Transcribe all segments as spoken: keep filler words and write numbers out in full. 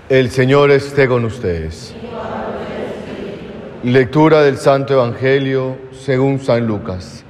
El Señor esté con ustedes. Lectura del Santo Evangelio según San Lucas.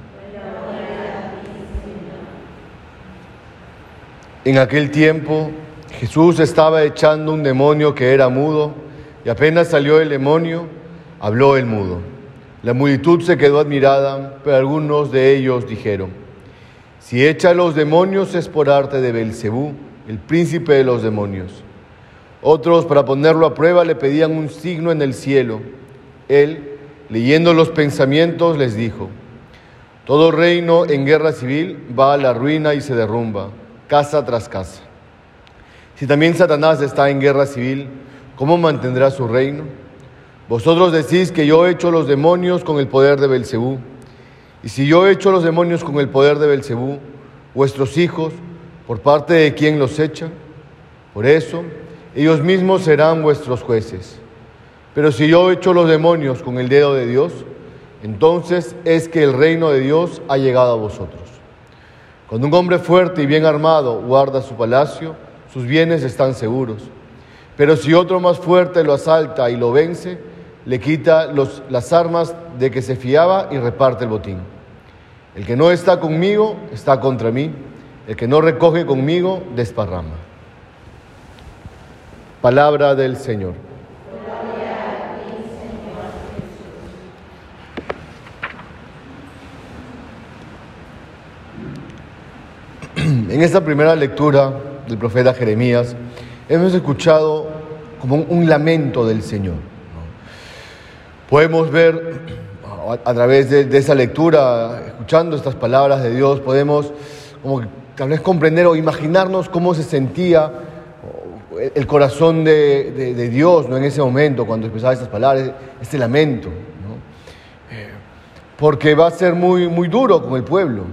En aquel tiempo, Jesús estaba echando un demonio que era mudo, y apenas salió el demonio, habló el mudo. La multitud se quedó admirada, pero algunos de ellos dijeron: si echa los demonios es por arte de Belcebú, el príncipe de los demonios. Otros, para ponerlo a prueba, le pedían un signo en el cielo. Él, leyendo los pensamientos, les dijo: todo reino en guerra civil va a la ruina y se derrumba, casa tras casa. Si también Satanás está en guerra civil, ¿cómo mantendrá su reino? Vosotros decís que yo echo los demonios con el poder de Belcebú. Y si yo echo los demonios con el poder de Belcebú, vuestros hijos, ¿por parte de quién los echa? Por eso, ellos mismos serán vuestros jueces. Pero si yo echo los demonios con el dedo de Dios, entonces es que el reino de Dios ha llegado a vosotros. Cuando un hombre fuerte y bien armado guarda su palacio, sus bienes están seguros. Pero si otro más fuerte lo asalta y lo vence, le quita los, las armas de que se fiaba y reparte el botín. El que no está conmigo está contra mí. El que no recoge conmigo desparrama. Palabra del Señor. Gloria a ti, Señor. En esta primera lectura del profeta Jeremías hemos escuchado como un, un lamento del Señor, ¿no? Podemos ver a, a través de, de esa lectura, escuchando estas palabras de Dios, podemos como tal vez comprender o imaginarnos cómo se sentía el corazón de, de, de Dios, ¿no? En ese momento, cuando expresaba estas palabras, este lamento, ¿no? Eh, porque va a ser muy, muy duro con el pueblo,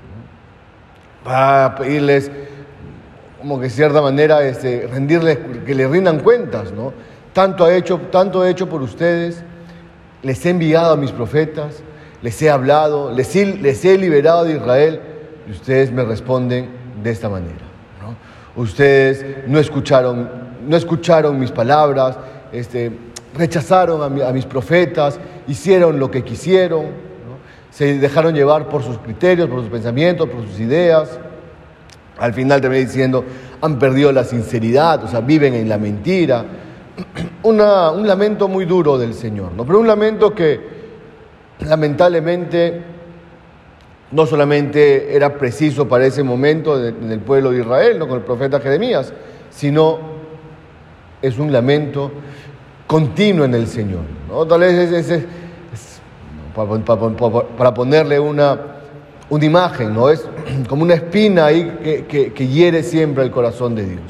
¿no? Va a pedirles, como que de cierta manera, este, rendirles, que le rindan cuentas, ¿no? Tanto ha hecho, tanto he hecho por ustedes, les he enviado a mis profetas, les he hablado, les he, les he liberado de Israel, y ustedes me responden de esta manera. Ustedes no escucharon, no escucharon mis palabras, este, rechazaron a, mi, a mis profetas, hicieron lo que quisieron, ¿no? Se dejaron llevar por sus criterios, por sus pensamientos, por sus ideas. Al final terminé diciendo, han perdido la sinceridad, o sea, viven en la mentira. Una, un lamento muy duro del Señor, ¿no? Pero un lamento que lamentablemente no solamente era preciso para ese momento en el pueblo de Israel, no con el profeta Jeremías, sino es un lamento continuo en el Señor, ¿no? Tal vez es, es, es, es para, para, para ponerle una, una imagen, ¿no? Es como una espina ahí que, que, que hiere siempre el corazón de Dios,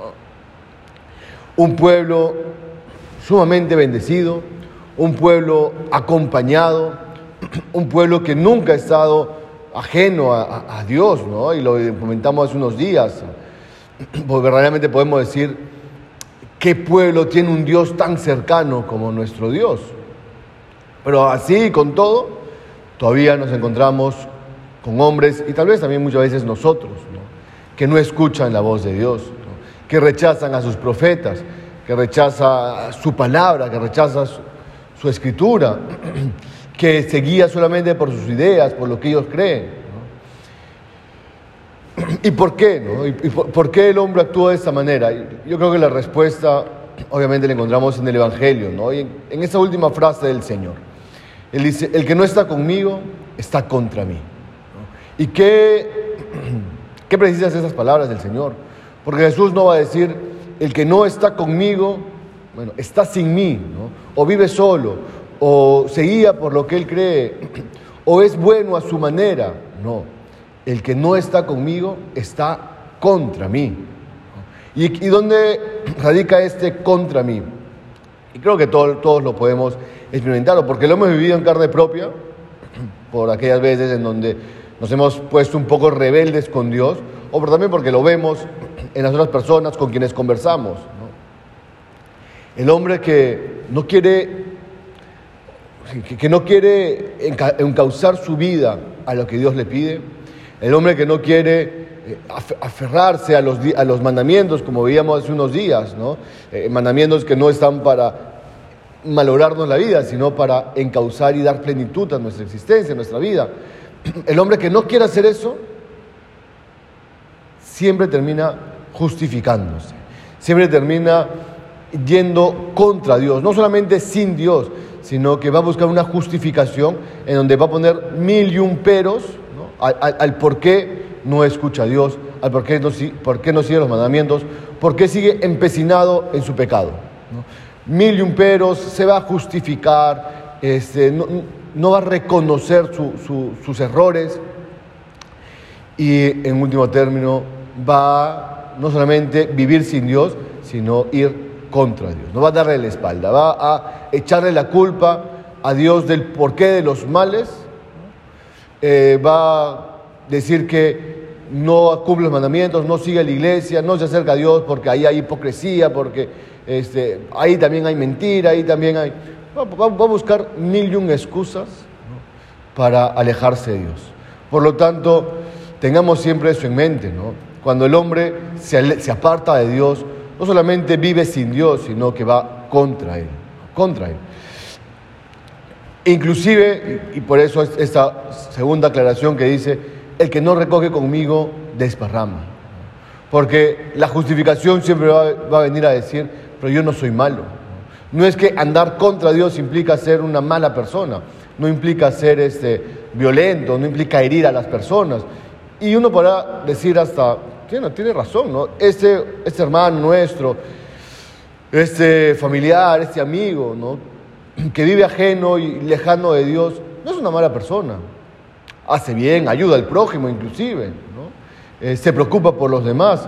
¿no? Un pueblo sumamente bendecido, un pueblo acompañado, un pueblo que nunca ha estado ajeno a, a, a Dios, ¿no? Y lo comentamos hace unos días, porque verdaderamente podemos decir, ¿qué pueblo tiene un Dios tan cercano como nuestro Dios? Pero así, con todo, todavía nos encontramos con hombres, y tal vez también muchas veces nosotros, ¿no? Que no escuchan la voz de Dios, ¿no? Que rechazan a sus profetas, que rechazan su palabra, que rechazan su, su escritura, que se guía solamente por sus ideas, por lo que ellos creen, ¿no? ¿Y por qué, no? ¿Y por, por qué el hombre actúa de esta manera? Yo creo que la respuesta, obviamente, la encontramos en el Evangelio, ¿no? Y en, en esa última frase del Señor. Él dice, el que no está conmigo, está contra mí, ¿no? ¿Y qué, qué precisas esas palabras del Señor? Porque Jesús no va a decir, el que no está conmigo, bueno, está sin mí, ¿no? O vive solo, o se guía por lo que él cree, o es bueno a su manera. No, el que no está conmigo está contra mí. ¿Y, y dónde radica este contra mí? Y creo que todo, todos lo podemos experimentar, porque lo hemos vivido en carne propia, por aquellas veces en donde nos hemos puesto un poco rebeldes con Dios, o por, también porque lo vemos en las otras personas con quienes conversamos, ¿no? El hombre que no quiere... que no quiere encauzar su vida a lo que Dios le pide, el hombre que no quiere eh, aferrarse a los, a los mandamientos, como veíamos hace unos días, ¿no? Eh, mandamientos que no están para malograrnos la vida, sino para encauzar y dar plenitud a nuestra existencia, a nuestra vida. El hombre que no quiere hacer eso, siempre termina justificándose, siempre termina yendo contra Dios, no solamente sin Dios, sino que va a buscar una justificación en donde va a poner mil y un peros, ¿no? al, al, al por qué no escucha a Dios, al por qué no, por qué no sigue los mandamientos, por qué sigue empecinado en su pecado, ¿no? Mil y un peros, se va a justificar, este, no, no va a reconocer su, su, sus errores y en último término va no solamente vivir sin Dios, sino ir contra Dios. No va a darle la espalda, va a echarle la culpa a Dios del porqué de los males, eh, va a decir que no cumple los mandamientos, no sigue la iglesia, no se acerca a Dios porque ahí hay hipocresía, porque este, ahí también hay mentira, ahí también hay... Va, va, va a buscar mil y un excusas, ¿no? para alejarse de Dios. Por lo tanto, tengamos siempre eso en mente, ¿no? Cuando el hombre se, se aparta de Dios, no solamente vive sin Dios, sino que va contra Él, contra Él. Inclusive, y por eso es esta segunda aclaración que dice, el que no recoge conmigo, desparrama. Porque la justificación siempre va, va a venir a decir, pero yo no soy malo. No es que andar contra Dios implica ser una mala persona, no implica ser este, violento, no implica herir a las personas. Y uno podrá decir hasta, tiene, tiene razón, ¿no? Este, este hermano nuestro, este familiar, este amigo, ¿no? que vive ajeno y lejano de Dios, no es una mala persona. Hace bien, ayuda al prójimo inclusive, ¿no? Eh, se preocupa por los demás.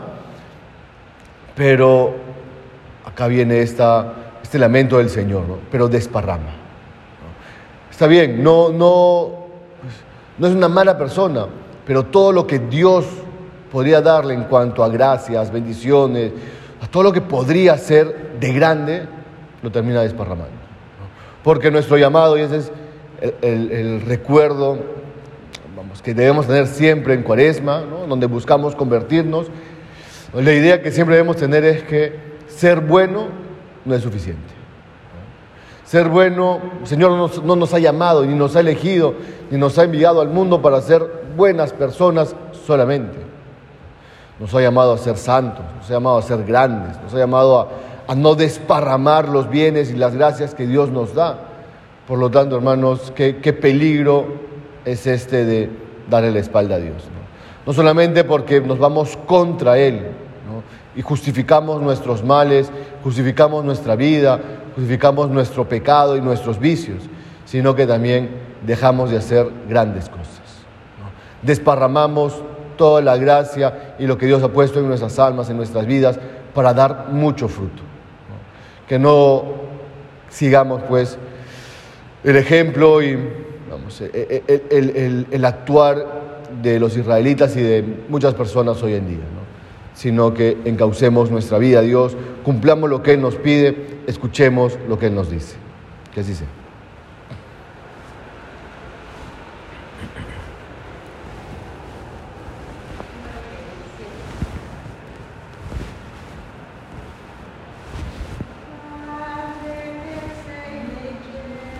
Pero acá viene esta, este lamento del Señor, ¿no? Pero desparrama, ¿no? Está bien, no, no, no es una mala persona, pero todo lo que Dios podría darle en cuanto a gracias, bendiciones, a todo lo que podría ser de grande, lo termina desparramando, ¿no? Porque nuestro llamado, y ese es el, el, el recuerdo, vamos, que debemos tener siempre en Cuaresma, ¿no? Donde buscamos convertirnos, la idea que siempre debemos tener es que ser bueno no es suficiente. Ser bueno, el Señor no nos, no nos ha llamado, ni nos ha elegido, ni nos ha enviado al mundo para ser buenas personas solamente. Nos ha llamado a ser santos, nos ha llamado a ser grandes, nos ha llamado a, a no desparramar los bienes y las gracias que Dios nos da. Por lo tanto, hermanos, qué, qué peligro es este de darle la espalda a Dios, ¿no? No solamente porque nos vamos contra Él, ¿no? Y justificamos nuestros males, justificamos nuestra vida, justificamos nuestro pecado y nuestros vicios, sino que también dejamos de hacer grandes cosas, ¿no? Desparramamos toda la gracia y lo que Dios ha puesto en nuestras almas, en nuestras vidas, para dar mucho fruto, ¿no? Que no sigamos, pues, el ejemplo y vamos, el, el, el, el actuar de los israelitas y de muchas personas hoy en día, ¿no? Sino que encaucemos nuestra vida a Dios, cumplamos lo que Él nos pide, escuchemos lo que Él nos dice. Que así sea.